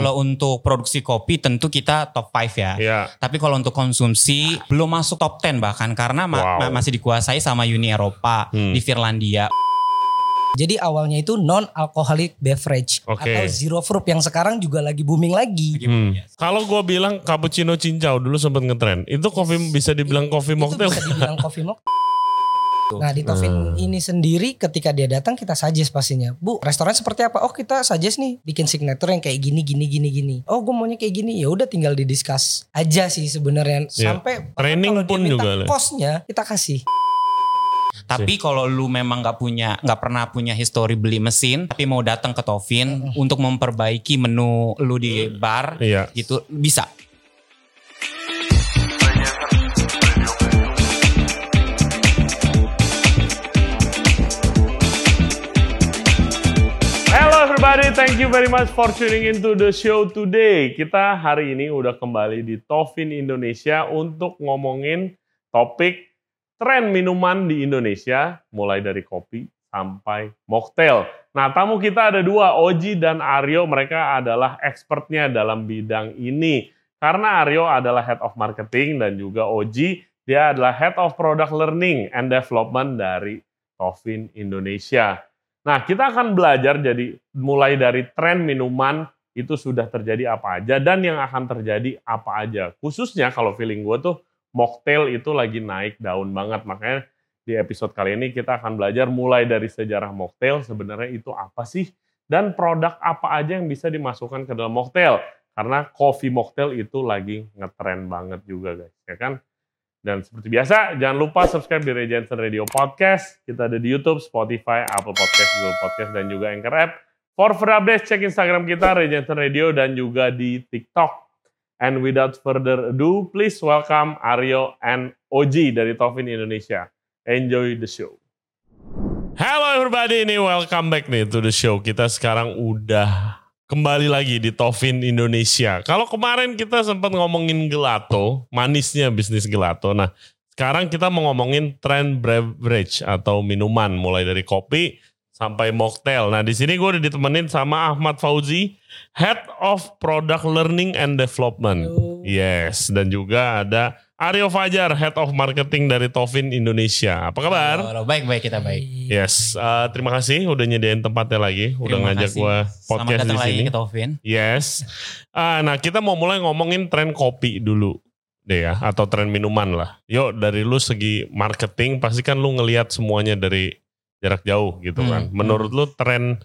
Kalau untuk produksi kopi tentu kita top 5 ya. Iya. Tapi kalau untuk konsumsi belum masuk top 10 bahkan karena masih dikuasai sama Uni Eropa di Finlandia. Jadi awalnya itu non-alcoholic beverage atau zero fruit yang sekarang juga lagi booming lagi. Kalau gue bilang cappuccino cincau dulu sempat ngetren, itu coffee bisa dibilang coffee mocktail. Itu bisa dibilang coffee mocktail. Nah di Toffin ini sendiri ketika dia datang kita suggest pastinya, Bu restoran seperti apa? Oh kita suggest nih bikin signature yang kayak gini. Oh gue maunya kayak gini, ya udah tinggal didiscuss aja sih sebenarnya. Sampai training pun juga cost-nya kita kasih. Tapi kalau lu memang nggak pernah punya histori beli mesin, tapi mau datang ke Toffin untuk memperbaiki menu lu di bar, gitu bisa. Hello everybody, thank you very much for tuning into the show today. Kita hari ini udah kembali di Toffin Indonesia untuk ngomongin topik tren minuman di Indonesia, mulai dari kopi sampai mocktail. Nah, tamu kita ada dua, Oji dan Aryo. Mereka adalah expertnya dalam bidang ini. Karena Aryo adalah Head of Marketing dan juga Oji, dia adalah Head of Product Learning and Development dari Toffin Indonesia. Nah, kita akan belajar jadi mulai dari tren minuman itu sudah terjadi apa aja dan yang akan terjadi apa aja. Khususnya kalau feeling gue tuh, mocktail itu lagi naik daun banget. Makanya di episode kali ini kita akan belajar mulai dari sejarah mocktail, sebenarnya itu apa sih? Dan produk apa aja yang bisa dimasukkan ke dalam mocktail. Karena coffee mocktail itu lagi ngetren banget juga guys. Ya kan? Dan seperti biasa, jangan lupa subscribe di Ray Jensen Radio Podcast. Kita ada di YouTube, Spotify, Apple Podcast, Google Podcast, dan juga Anchor App. For further updates, cek Instagram kita, Ray Jensen Radio, dan juga di TikTok. And without further ado, please welcome Aryo and Oji dari Toffin Indonesia. Enjoy the show. Hello everybody, ini welcome back nih to the show. Kita sekarang udah kembali lagi di Toffin Indonesia. Kalau kemarin kita sempat ngomongin gelato, manisnya bisnis gelato. Nah, sekarang kita mau ngomongin trend beverage atau minuman, mulai dari kopi sampai mocktail. Nah, di sini gue udah ditemenin sama Ahmad Fauzi, Head of Product Learning and Development. Yes, dan juga ada Aryo Fajar, Head of Marketing dari Toffin Indonesia. Apa kabar? Halo, baik kita baik. Yes, terima kasih udah nyediain tempatnya lagi, udah ngajak gue podcast di sini. Lagi ke Toffin. Yes. Nah, kita mau mulai ngomongin tren kopi dulu deh ya, atau tren minuman lah. Yuk, dari lu segi marketing, pasti kan lu ngelihat semuanya dari jarak jauh gitu kan. Menurut lu tren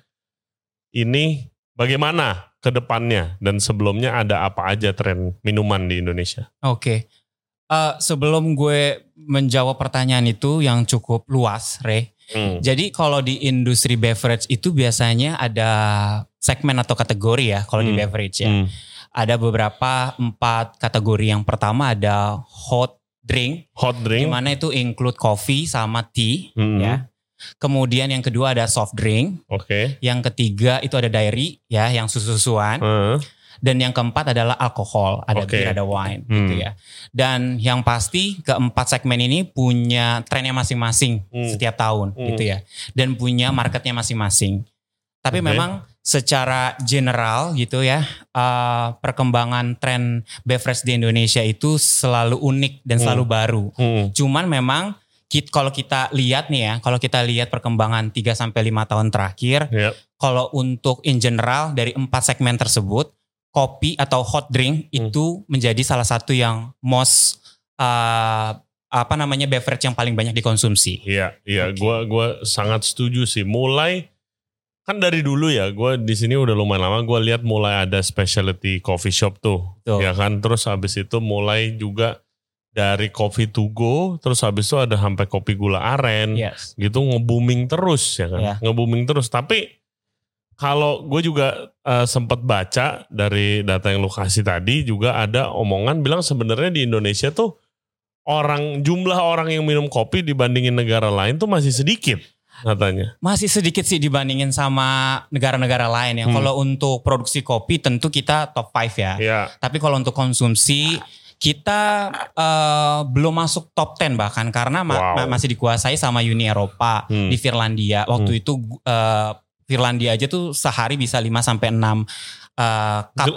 ini bagaimana ke depannya dan sebelumnya ada apa aja tren minuman di Indonesia? Oke. Sebelum gue menjawab pertanyaan itu yang cukup luas, Re. Jadi kalau di industri beverage itu biasanya ada segmen atau kategori ya kalau di beverage ya. Ada beberapa 4 kategori. Yang pertama ada hot drink. Di mana itu include coffee sama tea ya. Kemudian yang kedua ada soft drink. Yang ketiga itu ada dairy ya, yang susu-susuan. Dan yang keempat adalah alkohol, ada beer, ada wine gitu ya. Dan yang pasti keempat segmen ini punya trennya masing-masing setiap tahun gitu ya. Dan punya marketnya masing-masing. Tapi memang secara general gitu ya, perkembangan tren beverage di Indonesia itu selalu unik dan selalu baru. Cuman memang kalau kita lihat nih ya, kalau kita lihat perkembangan 3-5 tahun terakhir, kalau untuk in general dari 4 segmen tersebut, kopi atau hot drink itu menjadi salah satu yang most beverage yang paling banyak dikonsumsi. Iya, gue sangat setuju sih. Mulai kan dari dulu ya, gue di sini udah lumayan lama. Gue lihat mulai ada specialty coffee shop tuh, ya kan. Terus habis itu mulai juga dari coffee to go, terus habis itu ada sampai kopi gula aren, gitu nge-booming terus ya kan, nge-booming terus. Tapi kalau gue juga sempat baca dari data yang lu kasih tadi juga ada omongan bilang sebenarnya di Indonesia tuh jumlah orang yang minum kopi dibandingin negara lain tuh masih sedikit katanya. Masih sedikit sih dibandingin sama negara-negara lain ya. Kalau untuk produksi kopi tentu kita top 5 ya. Tapi kalau untuk konsumsi kita belum masuk top 10 bahkan karena masih dikuasai sama Uni Eropa di Finlandia. Waktu itu Finlandia aja tuh sehari bisa 5-6 cup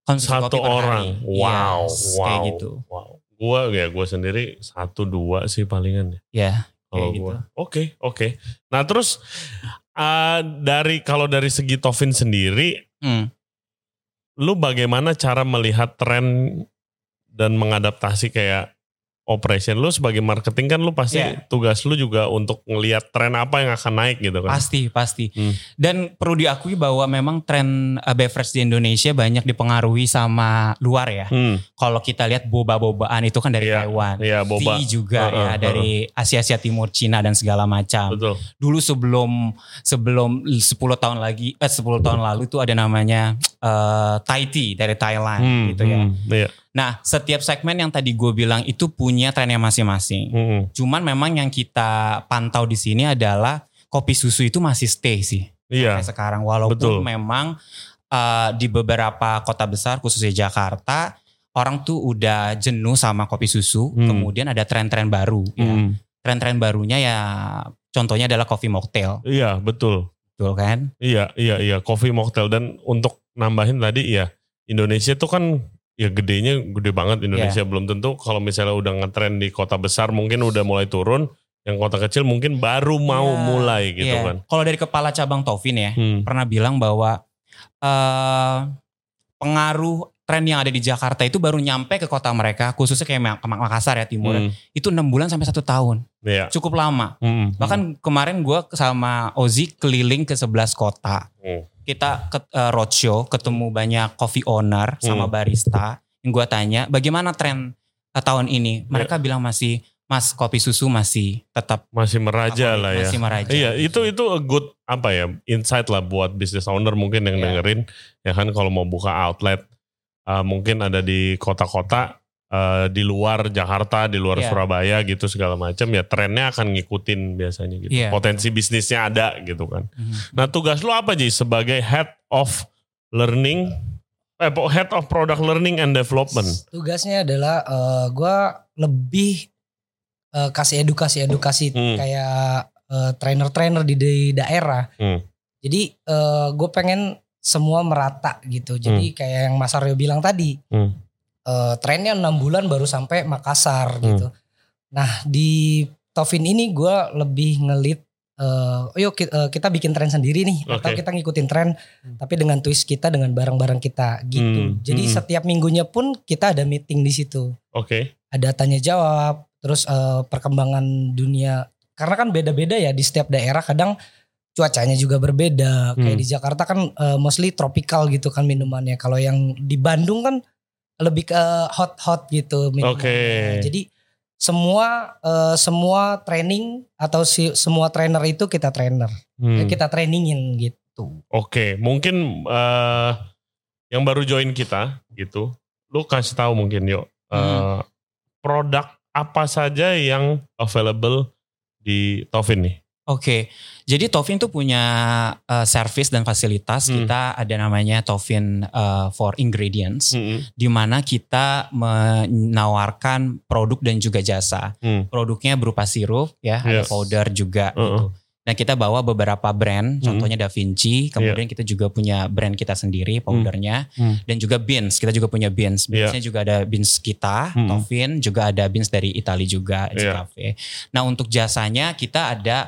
konsumsi Satu kopi per orang. hari. Wow, Yes, wow. kayak gitu. Wow. Gue sendiri 1-2 sih palingan. Ya, Kalau kayak gitu. gue. Oke. Nah terus kalau dari segi Tovin sendiri, lu bagaimana cara melihat tren dan mengadaptasi kayak operation lu sebagai marketing kan lu pasti tugas lu juga untuk ngelihat tren apa yang akan naik gitu kan. Pasti. Dan perlu diakui bahwa memang tren beverage di Indonesia banyak dipengaruhi sama luar ya. Kalau kita lihat boba-bobaan itu kan dari Taiwan. Iya, boba. Tea juga dari Asia Timur, Cina dan segala macam. Betul. Dulu sebelum 10 tahun lalu itu ada namanya Thai tea dari Thailand gitu ya. Iya. Nah, setiap segmen yang tadi gue bilang itu punya trennya masing-masing. Cuman memang yang kita pantau di sini adalah kopi susu itu masih stay sih. Iya. Sampai sekarang walaupun memang di beberapa kota besar khususnya Jakarta orang tuh udah jenuh sama kopi susu. Kemudian ada tren-tren baru ya. Tren-tren barunya ya contohnya adalah coffee mocktail. Iya, betul. Betul kan? Iya, coffee mocktail. Dan untuk nambahin tadi ya, Indonesia tuh kan ya gede banget Indonesia. Belum tentu kalau misalnya udah ngetren di kota besar mungkin udah mulai turun. Yang kota kecil mungkin baru mau mulai gitu kan. Kalau dari kepala cabang Tovin ya pernah bilang bahwa pengaruh tren yang ada di Jakarta itu baru nyampe ke kota mereka, khususnya kayak Makassar ya timur, itu 6 bulan sampai 1 tahun. Cukup lama. Bahkan kemarin gue sama Ozi keliling ke 11 kota. Kita ke roadshow, ketemu banyak coffee owner sama barista. Yang gue tanya, bagaimana tren tahun ini? Mereka bilang masih, Mas, kopi susu masih tetap masih meraja lah ya. Masih meraja. Iya, itu a good insight lah buat business owner mungkin yang dengerin. Ya kan kalau mau buka outlet, mungkin ada di kota-kota di luar Jakarta, di luar Surabaya gitu segala macam, ya trennya akan ngikutin biasanya gitu. Potensi bisnisnya ada gitu kan. Nah tugas lu apa Ji sebagai head of product learning and development? Tugasnya adalah gue lebih kasih edukasi kayak trainer-trainer di daerah. Jadi gue pengen semua merata gitu. Jadi kayak yang Mas Aryo bilang tadi. Trennya 6 bulan baru sampai Makassar gitu. Nah di Tovin ini gue lebih ngelit, yuk kita bikin tren sendiri nih. Atau kita ngikutin tren tapi dengan twist kita, dengan barang-barang kita gitu. Jadi setiap minggunya pun kita ada meeting di situ. Ada tanya jawab, terus perkembangan dunia. Karena kan beda-beda ya di setiap daerah, kadang cuacanya juga berbeda. Kayak di Jakarta kan mostly tropical gitu kan minumannya. Kalau yang di Bandung kan lebih ke hot gitu minumannya. Jadi semua training atau semua trainer itu kita trainer. Kita trainingin gitu. Mungkin yang baru join kita gitu. Lu kasih tahu mungkin yuk. Produk apa saja yang available di Tovin nih? Jadi Tovin tuh punya service dan fasilitas. Kita ada namanya Tovin for Ingredients, di mana kita menawarkan produk dan juga jasa. Produknya berupa sirup, ya, ada powder juga. Gitu. Nah kita bawa beberapa brand, contohnya Da Vinci, kemudian kita juga punya brand kita sendiri, powdernya, dan juga beans. Kita juga punya beans. Beansnya juga ada beans kita, Tovin, juga ada beans dari Italia juga, Cafe. Nah untuk jasanya kita ada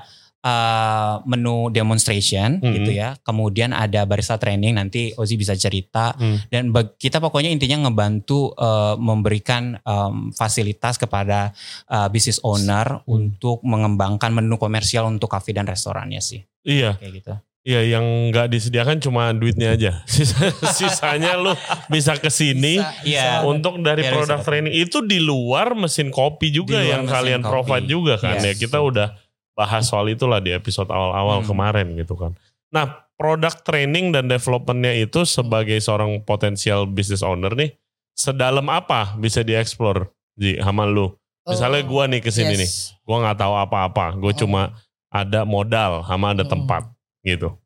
menu demonstration gitu ya. Kemudian ada barista training, nanti Ozi bisa cerita. Dan kita pokoknya intinya ngebantu memberikan fasilitas kepada business owner untuk mengembangkan menu komersial untuk kafe dan restorannya sih. Iya. Kayak gitu. Iya, yang nggak disediakan cuma duitnya aja. Sisanya lu bisa kesini untuk dari produk training. Itu di luar mesin kopi juga yang kalian provide juga kan. Ya kita udah bahas soal itulah di episode awal-awal kemarin gitu kan. Nah, produk training dan developmentnya itu sebagai seorang potensial business owner nih, sedalam apa bisa dieksplor Ji sama lu? Misalnya gue nih kesini nih, gue nggak tahu apa-apa, gue cuma ada modal sama ada tempat gitu.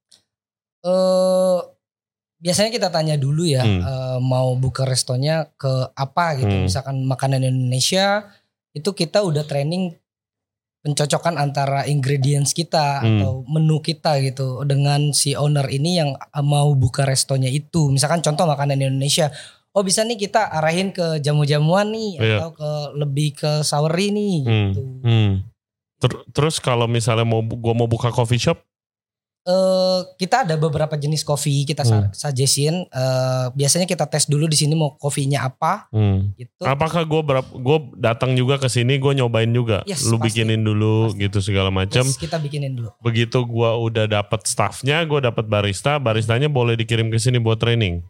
Biasanya kita tanya dulu ya, mau buka restonya ke apa gitu. Misalkan makanan Indonesia, itu kita udah training pencocokan antara ingredients kita atau menu kita gitu dengan si owner ini yang mau buka restonya itu. Misalkan contoh makanan Indonesia, oh bisa nih kita arahin ke jamu-jamuan nih atau lebih ke soury nih gitu. Terus kalau misalnya gue mau buka coffee shop? Kita ada beberapa jenis kopi kita suggestin. Biasanya kita tes dulu di sini mau kopinya apa. Gitu. Apakah gue datang juga ke sini, gue nyobain juga, lu pasti, bikinin dulu pasti. Gitu segala macam. Kita bikinin dulu. Begitu gue udah dapet staffnya, gue dapet baristanya boleh dikirim ke sini buat training.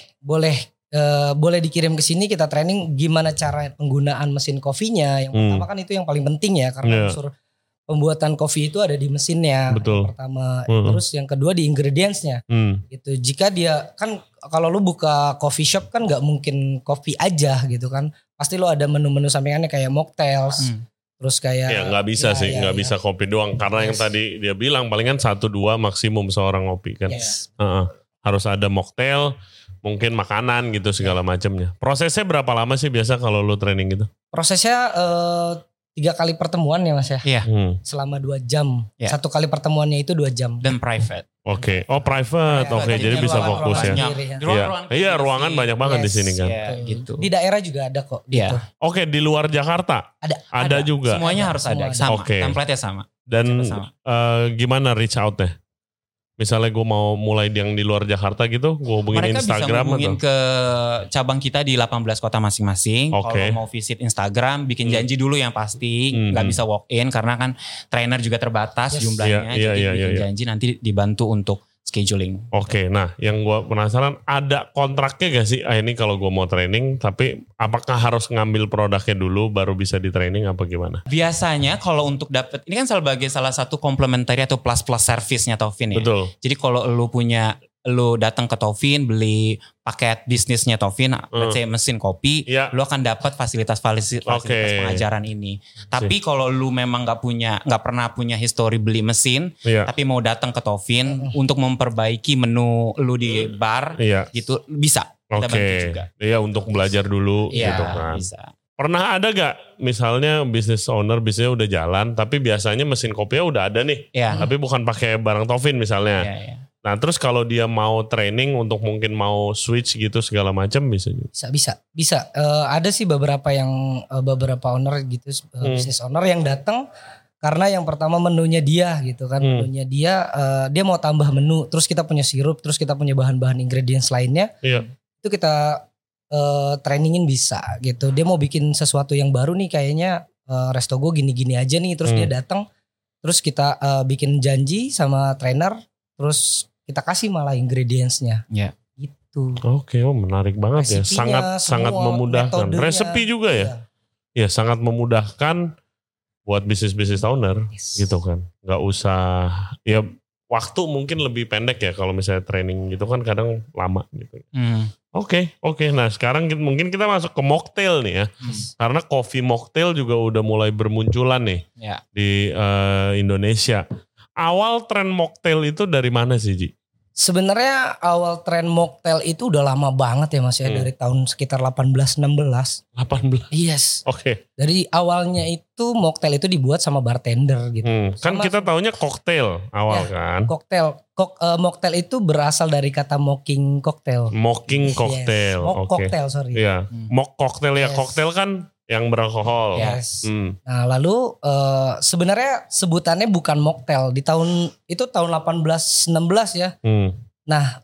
Boleh dikirim ke sini kita training gimana cara penggunaan mesin kopinya. Yang pertama kan itu yang paling penting ya karena unsur pembuatan kopi itu ada di mesinnya. Betul. Yang pertama, terus yang kedua di ingredientsnya. Gitu. Jika dia kan kalau lu buka coffee shop kan nggak mungkin kopi aja gitu kan. Pasti lu ada menu-menu sampingannya kayak mocktails. Terus kayak ya nggak bisa nggak bisa kopi doang karena yang tadi dia bilang palingan 1-2 maksimum seorang ngopi kan. Harus ada mocktail, mungkin makanan gitu segala macamnya. Prosesnya berapa lama sih biasa kalau lu training gitu? Prosesnya 3 kali pertemuan ya Mas ya. Iya. Selama 2 jam. 1 kali pertemuannya itu 2 jam. Dan private. Oke. Oh private. Oke. Jadi bisa fokus ya. Iya ruangan banyak banget di sini kan. Gitu. Di daerah juga ada kok. Gitu. Oke di luar Jakarta? Ada juga. Semuanya harus ada. Sama. Template-nya sama. Dan gimana reach out-nya? Misalnya gue mau mulai yang di luar Jakarta gitu, gue hubungin Instagram mereka bisa hubungin ke cabang kita di 18 kota masing-masing. Kalau mau visit Instagram, bikin janji dulu yang pasti. Gak bisa walk in karena kan trainer juga terbatas jumlahnya. Jadi bikin janji nanti dibantu untuk scheduling. Oke, nah yang gue penasaran ada kontraknya gak sih? Ini kalau gue mau training, tapi apakah harus ngambil produknya dulu baru bisa di training apa gimana? Biasanya kalau untuk dapat, ini kan sebagai salah satu complementary atau plus service-nya Tovin ya. Betul. Jadi kalau lu datang ke Tovin beli paket bisnisnya Tovin, let's say mesin kopi, lu akan dapat fasilitas pengajaran ini. Tapi kalau lu memang nggak pernah punya histori beli mesin, tapi mau datang ke Tovin untuk memperbaiki menu lu di bar, gitu bisa. Kita bantu juga. Iya untuk belajar dulu gitu kan. Bisa. Pernah ada gak misalnya bisnis owner bisnisnya udah jalan, tapi biasanya mesin kopinya udah ada nih, tapi bukan pakai barang Tovin misalnya. Nah terus kalau dia mau training untuk mungkin mau switch gitu segala macam bisa. Ada sih beberapa owner gitu, bisnis owner yang datang karena yang pertama menunya dia gitu kan, menunya dia mau tambah menu, terus kita punya sirup, terus kita punya bahan-bahan ingredients lainnya, itu kita trainingin bisa gitu. Dia mau bikin sesuatu yang baru nih kayaknya resto gue gini-gini aja nih, terus dia datang, terus kita bikin janji sama trainer, terus kita kasih malah ingredientsnya. Gitu. Oke, menarik banget. Resepinya, sangat memudahkan. Resepi juga ya? Ya, sangat memudahkan buat bisnis owner gitu kan. Gak usah, ya waktu mungkin lebih pendek ya kalau misalnya training gitu kan kadang lama gitu. Oke. Nah sekarang mungkin kita masuk ke mocktail nih ya. Karena coffee mocktail juga udah mulai bermunculan nih di Indonesia. Awal tren mocktail itu dari mana sih Ji? Sebenarnya awal tren mocktail itu udah lama banget ya Mas ya, dari tahun sekitar 18-16. 18? Yes. Oke. Dari awalnya itu mocktail itu dibuat sama bartender gitu. Kan kita taunya koktail awal kan? Mocktail itu berasal dari kata mocking cocktail. Mocking cocktail. Mock cocktail, sorry. Iya. Mock cocktail ya, cocktail kan yang beralkohol. Yes. Nah lalu sebenarnya sebutannya bukan mocktail. Di tahun 1816 ya. Nah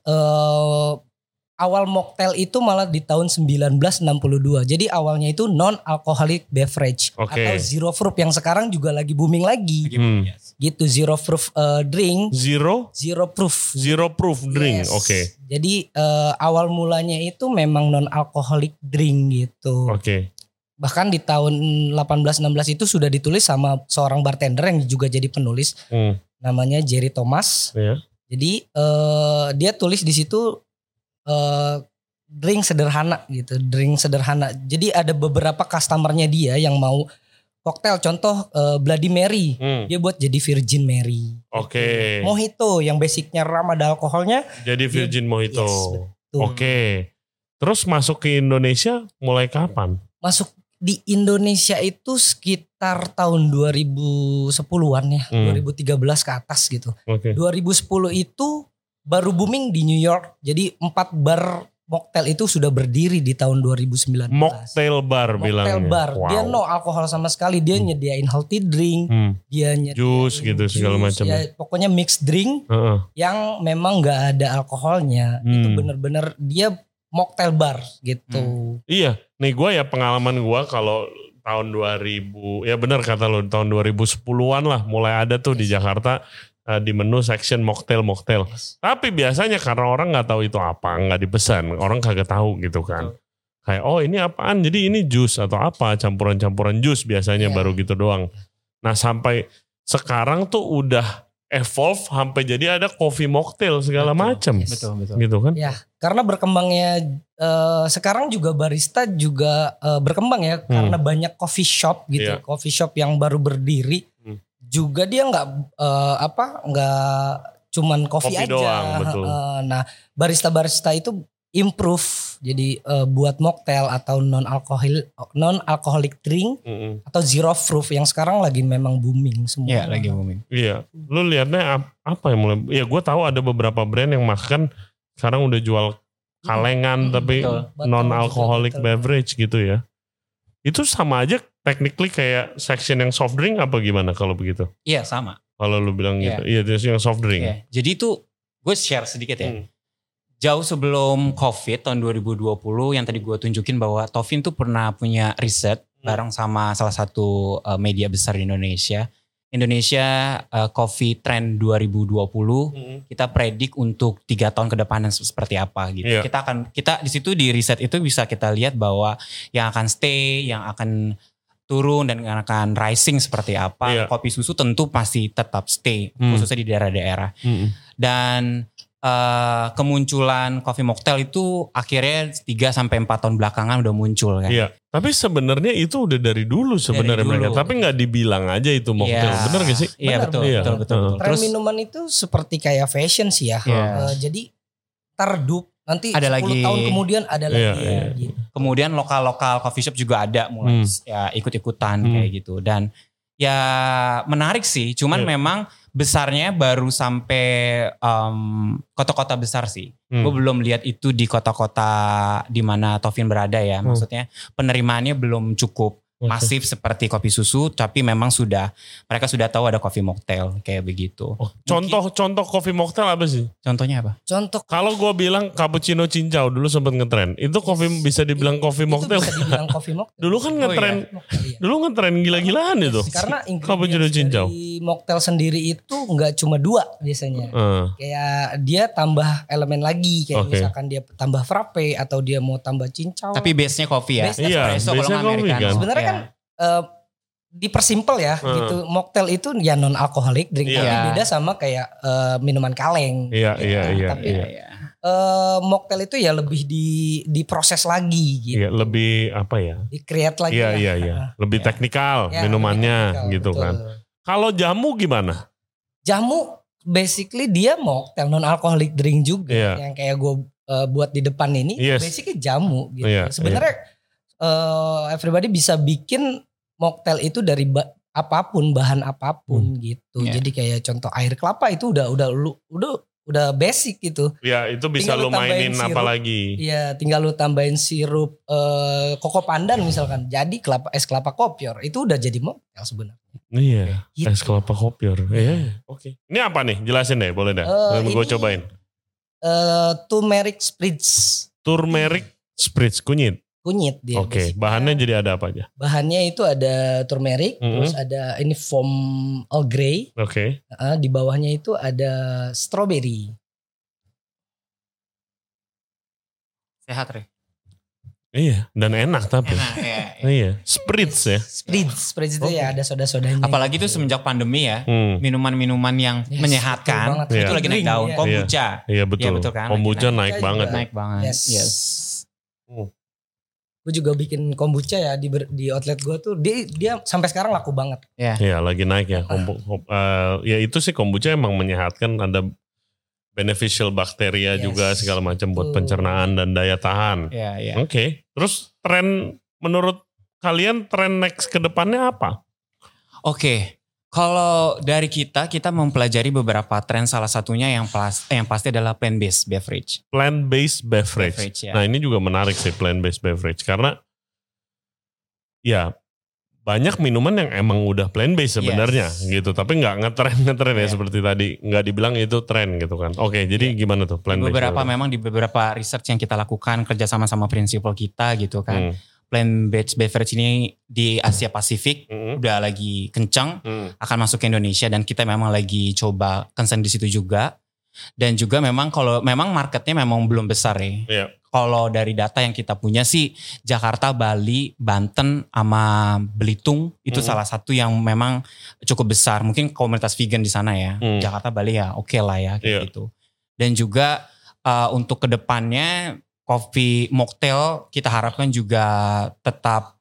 awal mocktail itu malah di tahun 1962. Jadi awalnya itu non-alcoholic beverage atau zero proof yang sekarang juga lagi booming lagi. Gitu, zero proof drink. Zero proof drink. Yes. Jadi awal mulanya itu memang non-alcoholic drink gitu. Bahkan di tahun 1816 itu sudah ditulis sama seorang bartender yang juga jadi penulis, namanya Jerry Thomas. Jadi dia tulis di situ drink sederhana gitu, drink sederhana. Jadi ada beberapa customernya dia yang mau koktail, contoh Bloody Mary, dia buat jadi Virgin Mary. Mojito yang basicnya rum ada alkoholnya, jadi Virgin Mojito. Yes, Terus masuk ke Indonesia mulai kapan? Masuk di Indonesia itu sekitar tahun 2010-an ya, 2013 ke atas gitu. 2010 itu baru booming di New York. Jadi 4 bar mocktail itu sudah berdiri di tahun 2019. Mocktail bar bilangnya. Mocktail bar. Wow. Dia no alkohol sama sekali. Dia nyediain healthy drink. Dia nyediain Jus gitu segala macam. Ya, pokoknya mixed drink yang memang gak ada alkoholnya. Itu bener-bener dia mocktail bar gitu. Iya. Nih gue ya pengalaman gue kalau tahun 2000. Ya benar kata lo tahun 2010-an lah. Mulai ada tuh di Jakarta. Di menu section mocktail. Yes. Tapi biasanya karena orang nggak tahu itu apa, nggak dipesan, orang kagak tahu gitu kan. Kayak oh ini apaan? Jadi ini jus atau apa? Campuran jus biasanya baru gitu doang. Nah sampai sekarang tuh udah evolve sampai jadi ada coffee mocktail segala macam. Betul. Gitu kan? Ya, karena berkembangnya sekarang juga barista juga berkembang ya karena banyak coffee shop gitu, coffee shop yang baru berdiri. Juga dia nggak cuman kopi aja doang, betul. Nah barista itu improve jadi buat mocktail atau non alcoholic drink atau zero proof yang sekarang lagi memang booming semua. Iya lagi booming. Iya, lu lihatnya apa yang mulai? Ya gue tahu ada beberapa brand yang makan sekarang udah jual kalengan tapi non alcoholic beverage gitu ya. Itu sama aja technically kayak section yang soft drink apa gimana kalau begitu? Iya sama. Kalau lu bilang gitu. Iya itu yang soft drink. Iya. Jadi itu gue share sedikit ya. Jauh sebelum COVID tahun 2020 yang tadi gue tunjukin bahwa Tovin tuh pernah punya riset bareng sama salah satu media besar di Indonesia. Coffee Trend 2020 kita predik untuk 3 tahun ke depan seperti apa gitu. Kita di situ di riset itu bisa kita lihat bahwa yang akan stay, yang akan turun dan yang akan rising seperti apa. Kopi susu tentu pasti tetap stay khususnya di daerah-daerah. Dan kemunculan coffee mocktail itu akhirnya 3-4 tahun belakangan udah muncul kan. Iya. Tapi sebenarnya itu udah dari dulu sebenarnya mereka. Tapi nggak dibilang aja itu mocktail. Bener gak sih? Iya betul. Tren minuman itu seperti kayak fashion sih ya. Jadi terdup nanti ada 10 lagi, tahun kemudian ada lagi. Gitu. Kemudian lokal coffee shop juga ada mulai ya ikut-ikutan kayak gitu. Dan ya menarik sih. Cuman memang besarnya baru sampai kota-kota besar sih. Gue belum lihat itu di kota-kota di mana Tovin berada ya. Maksudnya penerimaannya belum cukup masif seperti kopi susu, tapi memang mereka sudah tahu ada coffee mocktail kayak begitu. Contoh coffee mocktail apa sih? Contohnya apa? Kalau gue bilang cappuccino cincau dulu sempat ngetren. Itu bisa dibilang coffee mocktail. Bisa dibilang coffee mocktail. Dulu kan ngetren. Dulu ngetren gila-gilaan itu. Karena cappuccino cincau. Dari mocktail sendiri itu nggak cuma 2 biasanya. Kayak dia tambah elemen lagi, kayak misalkan dia tambah frappe atau dia mau tambah cincau. Tapi base-nya kopi ya. Iya, base-nya kopi kan. Sebenarnya kan dipersimpel ya gitu. Mocktail itu ya non alcoholic drink, tapi beda sama kayak minuman kaleng. Tapi mocktail itu ya lebih diproses lagi gitu. Iya, lebih apa ya? Di-create lagi. Iya. Lebih teknikal minumannya gitu betul. Kan. Kalau jamu gimana? Jamu basically dia mocktail non alcoholic drink juga yang kayak gue buat di depan ini. Basically jamu gitu. Sebenarnya everybody bisa bikin mocktail itu dari bahan apapun gitu. Jadi kayak contoh air kelapa itu udah basic gitu. Ya itu bisa lu mainin apa lagi. Iya tinggal lu tambahin sirup koko pandan misalkan. Jadi es kelapa kopior itu udah jadi mocktail sebenarnya. Iya gitu. Es kelapa kopior. Oke. Ini apa nih? Jelasin deh boleh dah. Gue cobain. Turmeric spritz. Turmeric spritz kunyit dia. Oke. Bahannya jadi ada apa aja? Bahannya itu ada turmeric, terus ada ini foam Earl Grey. Oke. Di bawahnya itu ada strawberry. Sehat Re. Iya, dan enak tapi. Iya, spritz ya. Spritz itu ya ada soda-sodanya. Apalagi itu semenjak pandemi ya, minuman-minuman yang menyehatkan itu lagi naik daun. Kombucha. Iya betul. Kan? Kombucha naik banget. Naik banget. Yes. Gue juga bikin kombucha ya di outlet gue tuh dia sampai sekarang laku banget. Iya lagi naik ya. Ya itu sih kombucha emang menyehatkan, ada beneficial bakteria juga segala macam buat pencernaan dan daya tahan. Oke. Terus tren menurut kalian tren next ke depannya apa? Oke. Kalau dari kita mempelajari beberapa tren, salah satunya yang pasti adalah plant-based beverage. Plant-based beverage. Ya. Nah ini juga menarik sih plant-based beverage karena ya banyak minuman yang emang udah plant-based sebenarnya gitu, tapi nggak ngetren ya seperti tadi, nggak dibilang itu tren gitu kan. Oke, jadi gimana tuh plant-based? Memang di beberapa research yang kita lakukan kerja sama prinsipal kita gitu kan. Plant-based beverage ini di Asia Pasifik udah lagi kencang, akan masuk ke Indonesia dan kita memang lagi coba concern di situ juga. Dan juga memang kalau memang marketnya memang belum besar ya. Yeah. Kalau dari data yang kita punya sih Jakarta, Bali, Banten sama Belitung itu salah satu yang memang cukup besar. Mungkin komunitas vegan di sana ya. Jakarta, Bali ya oke lah ya kayak gitu. Dan juga untuk kedepannya coffee mocktail kita harapkan juga tetap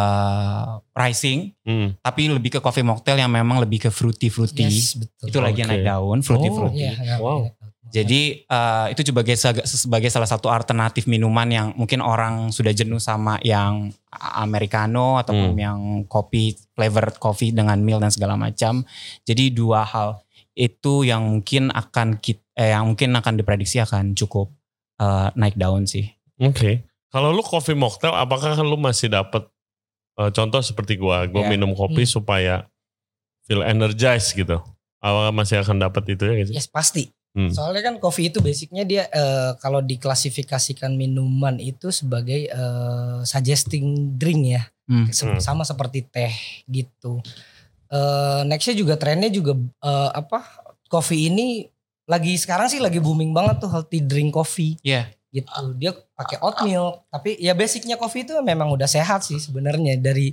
rising, tapi lebih ke coffee mocktail yang memang lebih ke fruity. Yes, betul. Itu lagi naik daun, fruity. Iya, wow. Jadi itu sebagai salah satu alternatif minuman yang mungkin orang sudah jenuh sama yang americano ataupun yang kopi, flavored coffee dengan milk dan segala macam. Jadi dua hal itu yang mungkin akan diprediksi akan cukup naik daun sih. Oke. Kalau lu coffee mocktail, apakah lu masih dapat contoh seperti gue minum kopi supaya feel energized gitu? Apakah masih akan dapat itu ya? Gitu? Yes, pasti. Soalnya kan kopi itu basicnya dia kalau diklasifikasikan minuman itu sebagai suggesting drink ya. Sama seperti teh gitu. Nextnya juga trennya juga kopi ini sekarang sih lagi booming banget tuh healthy drink coffee. Iya. Gitu. Dia pakai oatmeal, tapi ya basicnya kopi itu memang udah sehat sih sebenarnya dari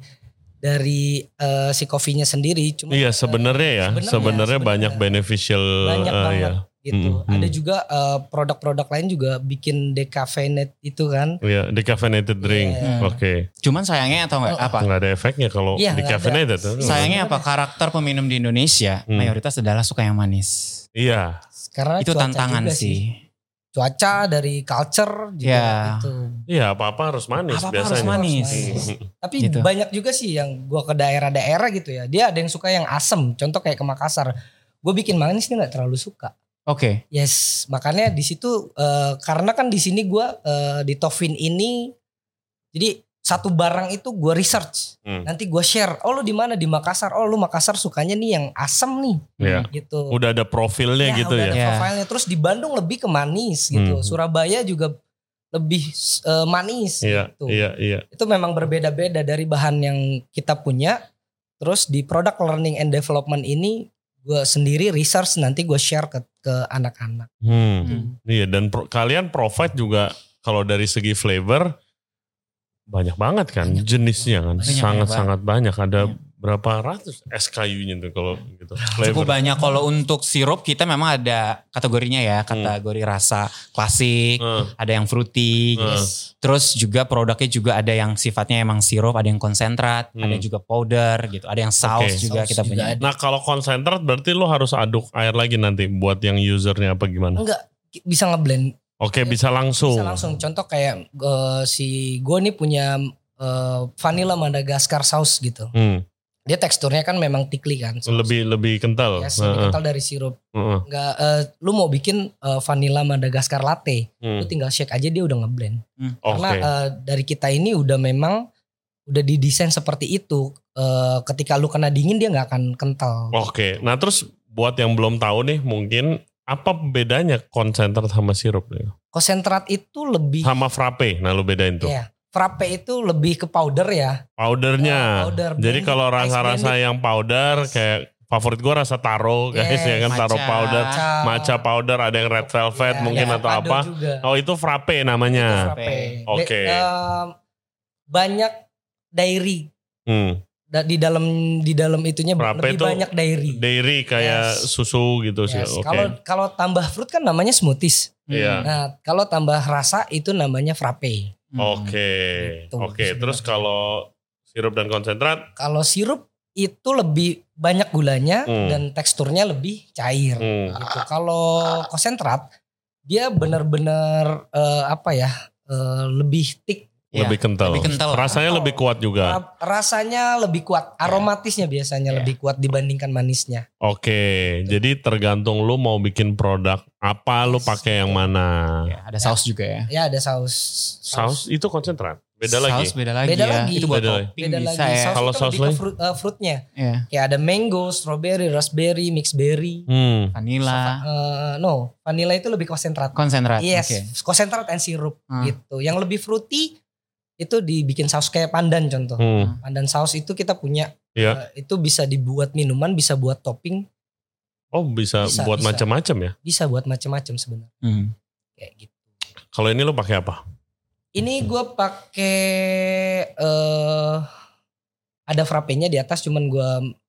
si kopinya sendiri. Cuma iya sebenarnya banyak beneficial banget gitu. Ada juga produk-produk lain juga bikin decaffeinated itu kan. Iya, decaffeinated drink. Oke. Cuman sayangnya atau nggak ada efeknya kalau decaffeinated. Sayangnya apa karakter peminum di Indonesia mayoritas adalah suka yang manis. Iya. Karena itu tantangan sih. Cuaca dari culture juga itu. Iya, apa-apa harus manis biasanya. Harus manis. Tapi gitu. Banyak juga sih yang gua ke daerah-daerah gitu ya. Dia ada yang suka yang asem. Contoh kayak ke Makassar. Gue bikin manis dia nggak terlalu suka. Oke. Yes, makanya di situ karena kan di sini gue di Tofin ini, jadi satu barang itu gue research, nanti gue share. Oh lu di mana? Di Makassar. Oh lu Makassar sukanya nih yang asam nih, gitu. Udah ada profilnya gitu ya. Udah ada profilnya. Terus di Bandung lebih ke manis gitu. Surabaya juga lebih manis gitu. Iya. Itu memang berbeda-beda dari bahan yang kita punya. Terus di product learning and development ini gue sendiri research, nanti gue share ke anak-anak. Iya, dan kalian provide juga kalau dari segi flavor banyak banget kan jenisnya kan, sangat-sangat banyak. Ada berapa ratus SKU-nya tuh kalau gitu. Cukup banyak. Kalau untuk sirup kita memang ada kategorinya ya, kategori rasa klasik, ada yang fruity, terus juga produknya juga ada yang sifatnya emang sirup, ada yang konsentrat, ada juga powder gitu, ada yang saus juga kita punya. Nah kalau konsentrat berarti lo harus aduk air lagi nanti buat yang usernya apa gimana? Enggak, bisa ngeblend. Oke, bisa langsung. Bisa langsung. Contoh kayak si gue nih punya vanilla Madagascar sauce gitu. Dia teksturnya kan memang thickly kan. Lebih kental. Yes, lebih kental dari sirup. Nggak, lu mau bikin vanilla Madagascar latte, lu tinggal shake aja dia udah ngeblend. Karena dari kita ini udah memang udah didesain seperti itu. Ketika lu kena dingin dia nggak akan kental. Oke. Nah terus buat yang belum tahu nih mungkin apa bedanya konsentrat sama sirup? Konsentrat itu lebih sama frappe. Nah lu bedain tuh. Iya. Frappe itu lebih ke powder ya. Powdernya. Powder. Jadi kalau rasa-rasa yang powder kayak favorit gue rasa taro guys ya kan, taro powder, matcha powder, ada yang red velvet mungkin atau apa. Juga. Oh itu frappe namanya. Oke. Banyak dairy. Di dalam itunya frappe lebih banyak dairy. Dairy kayak susu gitu sih. Kalau tambah fruit kan namanya smoothies. Nah, kalau tambah rasa itu namanya frappe. Oke. Terus kalau sirup dan konsentrat? Kalau sirup itu lebih banyak gulanya dan teksturnya lebih cair. Gitu. Kalau konsentrat dia benar-benar lebih thick. Lebih kental. Rasanya lebih kuat juga. Rasanya lebih kuat. Aromatisnya biasanya lebih kuat dibandingkan manisnya. Oke, jadi tergantung lu mau bikin produk apa, lu pakai yang mana. Ya, ada saus juga ya. Ya ada saus. Saus itu konsentrat. Beda saus lagi. beda lagi. Itu buat beda topping beda bisa lagi. ya. Saus Kalau itu saus lebih lain? ke fruitnya. Iya. Kayak ada mango, strawberry, raspberry, mixed berry. Vanilla. Vanilla itu lebih konsentrat. Konsentrat. Yes, Oke. konsentrat and sirup gitu. Yang lebih fruity itu dibikin saus kayak pandan contoh. Pandan saus itu kita punya. Itu bisa dibuat minuman, bisa buat topping. Oh bisa buat macam-macam ya? Bisa buat macam-macam sebenarnya. Kayak gitu. Kalau ini lu pakai apa? Ini gue pakai ada frappenya di atas, cuman gue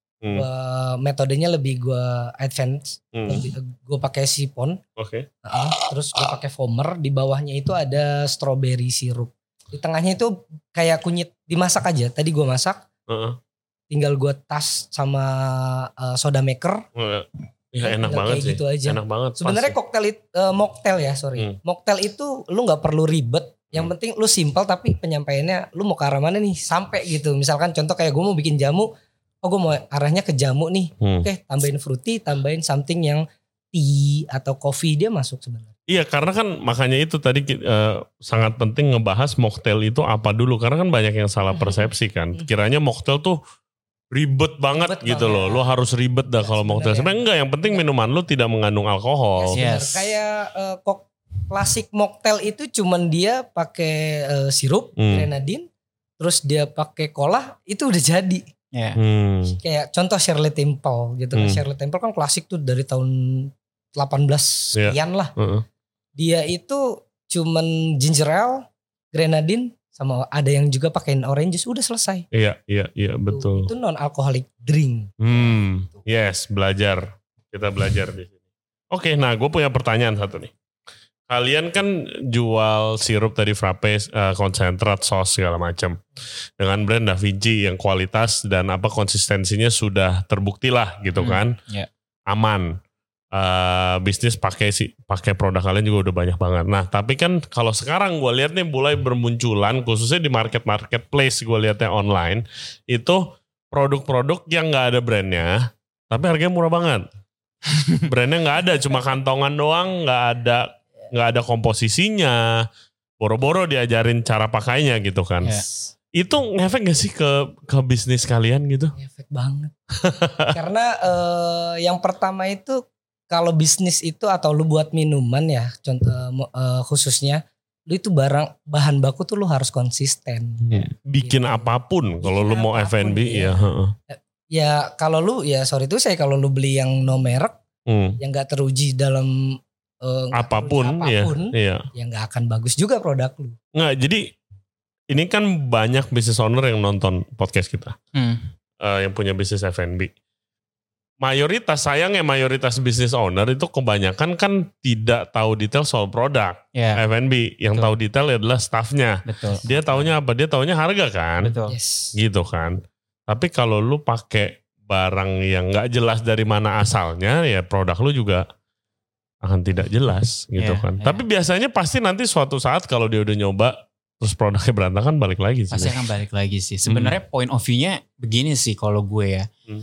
metodenya lebih gue advance. Gue pakai sipon. Oke. Terus gue pakai foamer. Di bawahnya itu ada strawberry sirup. Di tengahnya itu kayak kunyit dimasak aja. Tadi gue masak. Tinggal gue tas sama soda maker. Ya enak banget sih. Gitu aja. Enak banget. Sebenarnya mocktail ya, sorry. Mocktail itu lu nggak perlu ribet. Yang penting lu simpel tapi penyampaiannya lu mau ke arah mana nih sampai gitu. Misalkan contoh kayak gue mau bikin jamu, gue mau arahnya ke jamu nih. Oke, tambahin fruity, tambahin something yang tea atau coffee, dia masuk sebenarnya. Iya, karena kan makanya itu tadi sangat penting ngebahas mocktail itu apa dulu, karena kan banyak yang salah persepsi kan. Kiranya mocktail tuh ribet banget gitu loh. Lu harus ribet dah kalau mocktail. Sebenarnya enggak, yang penting minuman lu tidak mengandung alkohol. Yes. Kayak klasik mocktail itu cuman dia pakai sirup, grenadine, terus dia pakai cola, itu udah jadi. Kayak contoh Shirley Temple gitu kan. Shirley Temple kan klasik tuh dari tahun 18 sekian lah. Dia itu cuman ginger ale, grenadine, sama ada yang juga pakein orange juice, udah selesai. Iya betul. Itu non alcoholic drink. Yes, belajar. Kita belajar di sini. Oke, nah gue punya pertanyaan satu nih. Kalian kan jual sirup tadi frappe, konsentrat, sos segala macam dengan brand Da Vinci yang kualitas dan konsistensinya sudah terbukti lah gitu kan, aman. Bisnis pakai produk kalian juga udah banyak banget. Nah tapi kan kalau sekarang gue lihat nih mulai bermunculan khususnya di marketplace, gue lihatnya online itu produk-produk yang nggak ada brandnya tapi harganya murah banget. Brandnya nggak ada, cuma kantongan doang, nggak ada komposisinya, boro-boro diajarin cara pakainya gitu kan. Itu ngefek gak sih ke bisnis kalian gitu? Ngefek banget. Karena yang pertama itu kalau bisnis itu atau lu buat minuman ya, contoh khususnya, lu itu bahan baku tuh lu harus konsisten. Bikin gitu. Apapun kalau lu mau F&B ya. Ya kalau lu kalau lu beli yang no merek, yang gak teruji dalam apapun ya nggak akan bagus juga produk lu. Nggak, jadi ini kan banyak business owner yang nonton podcast kita, yang punya bisnis F&B. Sayangnya mayoritas business owner itu kebanyakan kan tidak tahu detail soal produk F&B. Yang tahu detail adalah staffnya. Dia taunya apa? Dia taunya harga kan. Gitu kan. Tapi kalau lu pakai barang yang nggak jelas dari mana asalnya, ya produk lu juga akan tidak jelas gitu kan. Tapi biasanya pasti nanti suatu saat kalau dia udah nyoba terus produknya berantakan balik lagi sih. Pasti akan balik lagi sih. Sebenarnya point of view-nya begini sih kalau gue ya.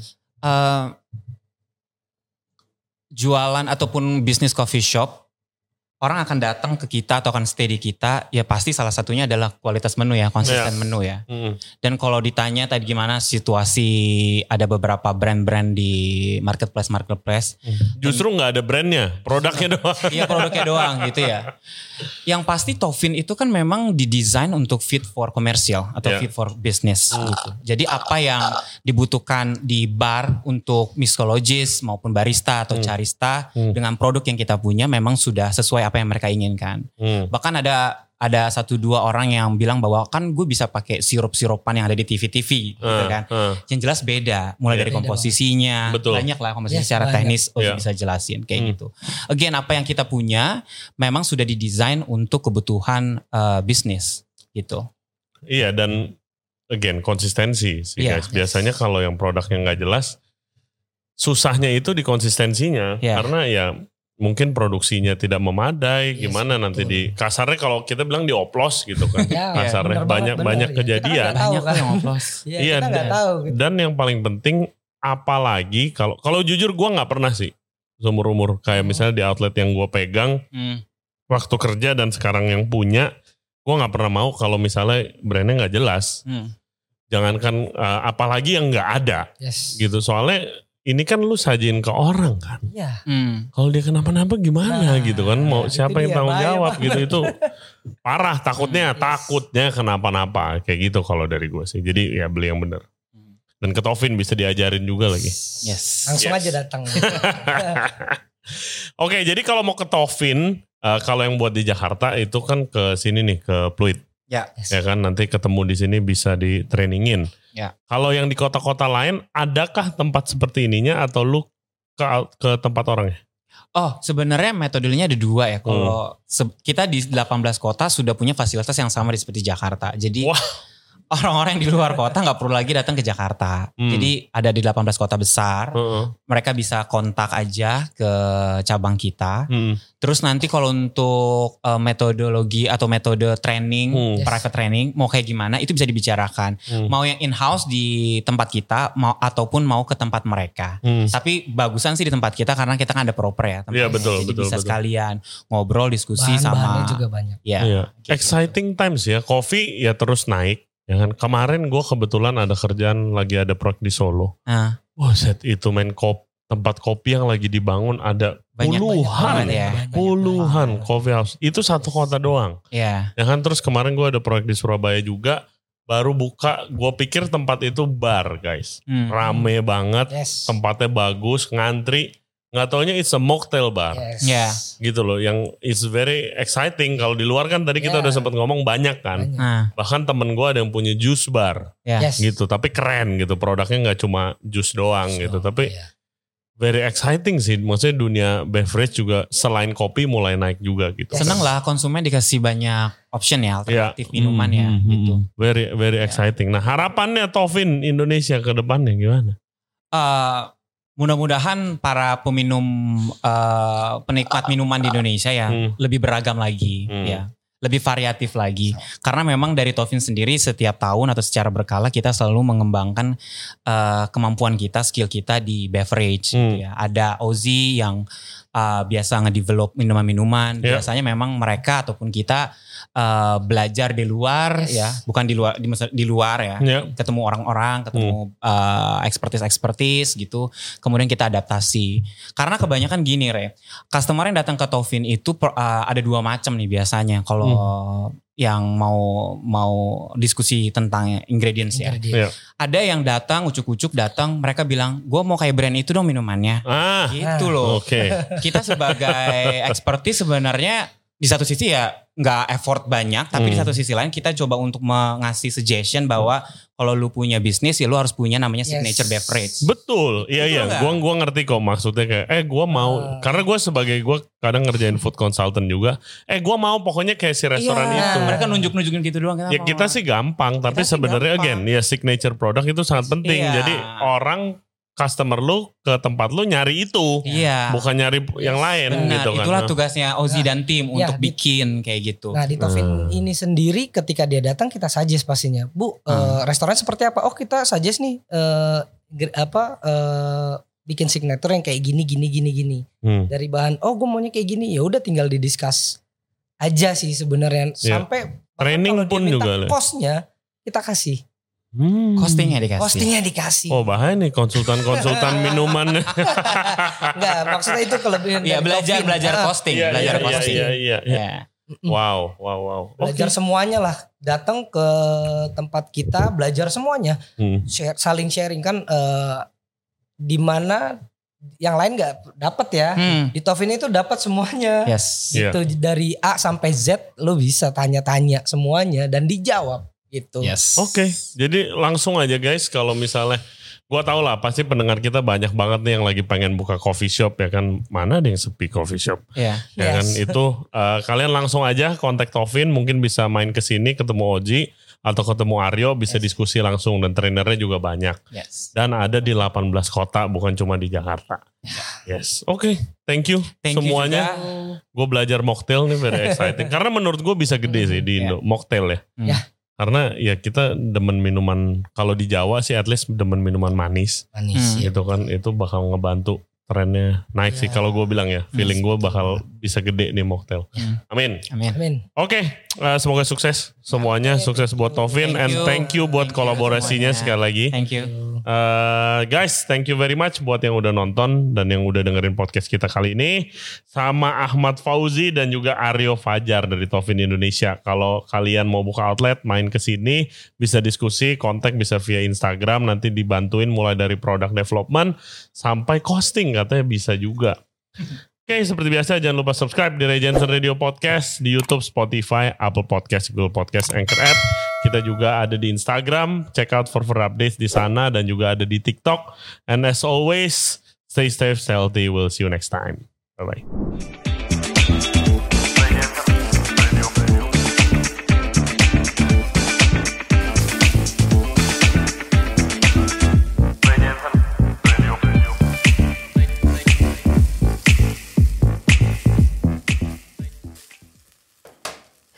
Jualan ataupun bisnis coffee shop, orang akan datang ke kita atau akan stay di kita, ya pasti salah satunya adalah kualitas menu ya, konsisten menu ya. Dan kalau ditanya tadi gimana situasi ada beberapa brand-brand di marketplace. Justru nggak ada brandnya, produknya doang. Iya produknya doang gitu ya. Yang pasti Toffin itu kan memang didesain untuk fit for commercial atau fit for business gitu. Jadi apa yang dibutuhkan di bar untuk mixologist maupun barista atau carista dengan produk yang kita punya memang sudah sesuai apa yang mereka inginkan. Bahkan ada 1-2 orang yang bilang bahwa kan gue bisa pakai sirup-sirupan yang ada di TV-TV gitu kan. Yang jelas beda, mulai dari komposisinya, banyak lah komposisi secara teknis bisa jelasin kayak gitu. Again, apa yang kita punya memang sudah didesain untuk kebutuhan bisnis gitu. Iya, dan again konsistensi sih guys. Biasanya kalau yang produknya nggak jelas, susahnya itu di konsistensinya karena ya mungkin produksinya tidak memadai, gimana nanti di kasarnya kalau kita bilang dioplos gitu kan. Kasarnya banyak kejadian. Banyak yang oplos. Iya, kita nggak tahu. Gitu. Dan yang paling penting apalagi kalau jujur gue nggak pernah sih seumur-umur kayak misalnya di outlet yang gue pegang waktu kerja dan sekarang yang punya, gue nggak pernah mau kalau misalnya brandnya nggak jelas. Jangankan apalagi yang nggak ada gitu, soalnya ini kan lu sajiin ke orang kan. Iya. Kalau dia kenapa-napa gimana gitu kan. Mau siapa yang tanggung jawab gitu. Itu parah takutnya kenapa-napa. Kayak gitu kalau dari gue sih. Jadi ya beli yang bener. Dan ke Tovin bisa diajarin juga lagi. Langsung aja datang. Oke, jadi kalau mau ke Tovin, kalau yang buat di Jakarta itu kan ke sini nih, ke Pluit. Ya kan, nanti ketemu di sini bisa di trainingin. Ya. Kalau yang di kota-kota lain, adakah tempat seperti ininya atau lu ke tempat orangnya? Oh, sebenarnya metodenya ada dua ya. Kalau kita di 18 kota sudah punya fasilitas yang sama seperti Jakarta. Jadi orang-orang yang di luar kota nggak perlu lagi datang ke Jakarta. Jadi ada di 18 kota besar. Mereka bisa kontak aja ke cabang kita. Terus nanti kalau untuk metodologi atau metode training, private training, mau kayak gimana itu bisa dibicarakan. Mau yang in-house di tempat kita, ataupun mau ke tempat mereka. Tapi bagusan sih di tempat kita karena kita kan ada proper ya. Iya betul. Jadi bisa sekalian ngobrol, diskusi bahan-bahannya juga banyak. Gitu. Exciting times ya. Coffee ya terus naik. Ya kan, kemarin gue kebetulan ada kerjaan, lagi ada proyek di Solo. Set itu tempat kopi yang lagi dibangun ada puluhan coffee house. Itu satu kota doang. Ya kan, terus kemarin gue ada proyek di Surabaya juga, baru buka. Gue pikir tempat itu bar guys, rame banget, tempatnya bagus, ngantri. Nggak taunya it's a mocktail bar. Gitu loh, yang it's very exciting. Kalau di luar kan tadi kita udah sempat ngomong banyak kan. Bahkan temen gue ada yang punya juice bar. Gitu, tapi keren gitu. Produknya nggak cuma juice doang gitu. Tapi very exciting sih. Maksudnya dunia beverage juga selain kopi mulai naik juga gitu. Seneng lah konsumen dikasih banyak option ya, alternatif minuman ya gitu. Very exciting. Nah harapannya Tovin Indonesia ke depannya gimana? Mudah-mudahan para peminum penikmat minuman di Indonesia ya lebih beragam lagi ya, lebih variatif lagi. Karena memang dari Tovin sendiri setiap tahun atau secara berkala kita selalu mengembangkan kemampuan kita, skill kita di beverage gitu ya. Ada Ozzy yang biasa ngedevelop minuman-minuman. Biasanya memang mereka ataupun kita belajar di luar ya, bukan di luar ya. Ketemu orang-orang, ketemu expertise gitu. Kemudian kita adaptasi. Karena kebanyakan gini customer yang datang ke Tovin itu ada dua macam nih biasanya. Kalau yang mau diskusi tentang ingredients ya. Ada yang datang ucuk-ucuk datang, mereka bilang, gue mau kayak brand itu dong minumannya. Gitu loh. Kita sebagai expertise sebenarnya di satu sisi ya nggak effort banyak, tapi di satu sisi lain kita coba untuk mengasih suggestion bahwa kalau lu punya bisnis ya lu harus punya namanya signature beverage. Betul, iya. Gua ngerti kok maksudnya kayak gua mau, karena gue sebagai gue kadang ngerjain food consultant juga. Gue mau pokoknya kayak si restoran itu. Mereka nunjuk-nunjukin gitu doang. Ya kita sih gampang, tapi sebenarnya ya signature product itu sangat penting. Jadi orang customer lu ke tempat lu nyari itu, bukan nyari yang lain. Benar, gitu kan. Itulah tugasnya Ozzy dan tim untuk bikin kayak gitu. Nah di Tovin ini sendiri ketika dia datang kita suggest pastinya, Bu restoran seperti apa? Oh kita suggest nih bikin signature yang kayak gini. Dari bahan, gue maunya kayak gini, ya udah tinggal didiscuss aja sih sebenarnya. Sampai training pun juga kosnya kita kasih. Costingnya dikasih. Oh bahaya nih konsultan minuman. Enggak, maksudnya itu kelebihan. Iya belajar costing, costing. Iya. Wow. Belajar semuanya lah. Datang ke tempat kita belajar semuanya. Saling sharing kan. Di mana yang lain nggak dapat ya. Di Tovin itu dapat semuanya. Itu dari A sampai Z lo bisa tanya-tanya semuanya dan dijawab. Gitu. Oke, jadi langsung aja guys, kalau misalnya gue tau lah pasti pendengar kita banyak banget nih yang lagi pengen buka coffee shop ya kan, mana ada yang sepi coffee shop kan itu kalian langsung aja kontak Tovin, mungkin bisa main ke sini ketemu Ozzy atau ketemu Aryo bisa diskusi langsung dan trainernya juga banyak. Yes. Dan ada di 18 kota bukan cuma di Jakarta. Yes. Oke, thank you semuanya. Gue belajar mocktail nih very exciting. Karena menurut gue bisa gede sih di Indo mocktail ya. Karena ya kita demen minuman, kalau di Jawa sih at least demen minuman manis. Gitu kan, itu bakal ngebantu trennya naik sih kalau gue bilang ya. Feeling gue bakal bisa gede nih mocktail. Amin. Oke, semoga sukses semuanya. Sukses buat Taufin. Thank you buat kolaborasinya sekali lagi. Thank you. Guys, thank you very much buat yang udah nonton dan yang udah dengerin podcast kita kali ini. Sama Ahmad Fauzi dan juga Aryo Fajar dari Taufin Indonesia. Kalau kalian mau buka outlet, main ke sini, bisa diskusi, kontak bisa via Instagram. Nanti dibantuin mulai dari product development sampai costing, katanya bisa juga. Oke, seperti biasa jangan lupa subscribe di Ray Jensen Radio Podcast di YouTube, Spotify, Apple Podcast, Google Podcast, Anchor App. Kita juga ada di Instagram, check out for updates di sana dan juga ada di TikTok. And as always, stay safe, stay healthy. We'll see you next time. Bye-bye.